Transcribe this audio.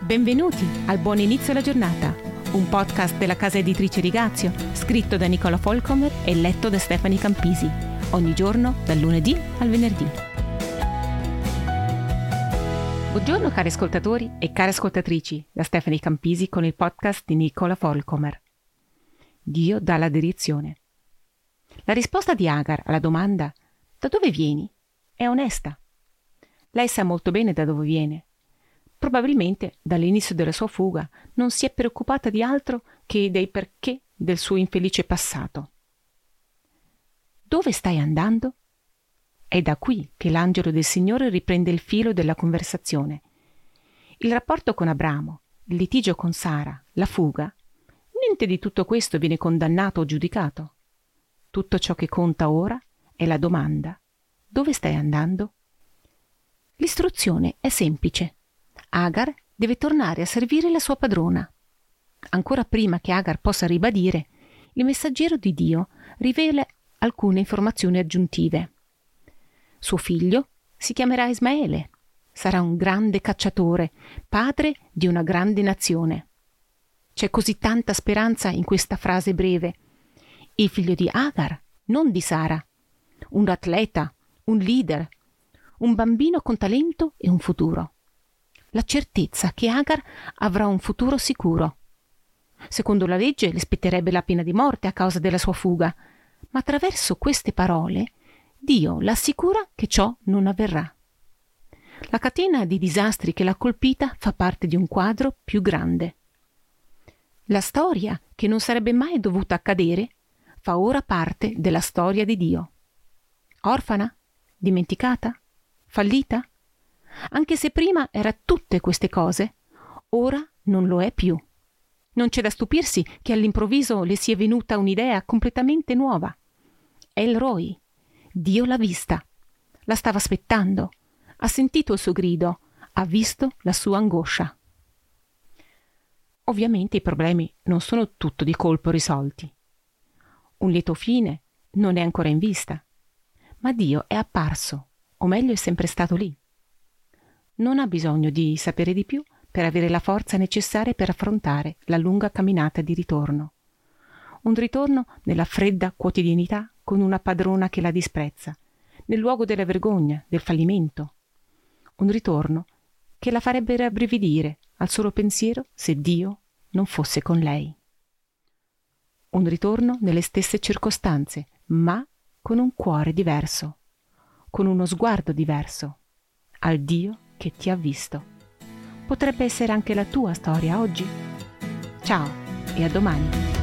Benvenuti al Buon Inizio alla Giornata, un podcast della casa editrice Rigazio, scritto da Nicola Folcomer e letto da Stephanie Campisi, ogni giorno dal lunedì al venerdì. Buongiorno cari ascoltatori e care ascoltatrici, da Stephanie Campisi con il podcast di Nicola Folcomer. Dio dà la direzione. La risposta di Agar alla domanda «Da dove vieni?» è onesta. Lei sa molto bene da dove viene. Probabilmente dall'inizio della sua fuga non si è preoccupata di altro che dei perché del suo infelice passato. Dove stai andando? È da qui che l'angelo del Signore riprende il filo della conversazione. Il rapporto con Abramo, il litigio con Sara, la fuga, niente di tutto questo viene condannato o giudicato. Tutto ciò che conta ora è la domanda: dove stai andando? L'istruzione è semplice. Agar deve tornare a servire la sua padrona. Ancora prima che Agar possa ribadire, il messaggero di Dio rivela alcune informazioni aggiuntive. Suo figlio si chiamerà Ismaele, sarà un grande cacciatore, padre di una grande nazione. C'è così tanta speranza in questa frase breve. Il figlio di Agar, non di Sara. Un atleta, un leader, un bambino con talento e un futuro. La certezza che Agar avrà un futuro sicuro. Secondo la legge le spetterebbe la pena di morte a causa della sua fuga, ma attraverso queste parole Dio l'assicura che ciò non avverrà. La catena di disastri che l'ha colpita fa parte di un quadro più grande. La storia, che non sarebbe mai dovuta accadere, fa ora parte della storia di Dio. Orfana? Dimenticata? Fallita? Anche se prima era tutte queste cose, ora non lo è più. Non c'è da stupirsi che all'improvviso le sia venuta un'idea completamente nuova. El Roi, Dio l'ha vista, la stava aspettando, ha sentito il suo grido, ha visto la sua angoscia. Ovviamente i problemi non sono tutto di colpo risolti. Un lieto fine non è ancora in vista, ma Dio è apparso, o meglio è sempre stato lì. Non ha bisogno di sapere di più per avere la forza necessaria per affrontare la lunga camminata di ritorno. Un ritorno nella fredda quotidianità con una padrona che la disprezza, nel luogo della vergogna, del fallimento. Un ritorno che la farebbe rabbrividire al solo pensiero se Dio non fosse con lei. Un ritorno nelle stesse circostanze, ma con un cuore diverso, con uno sguardo diverso, al Dio che ti ha visto. Potrebbe essere anche la tua storia oggi? Ciao e a domani!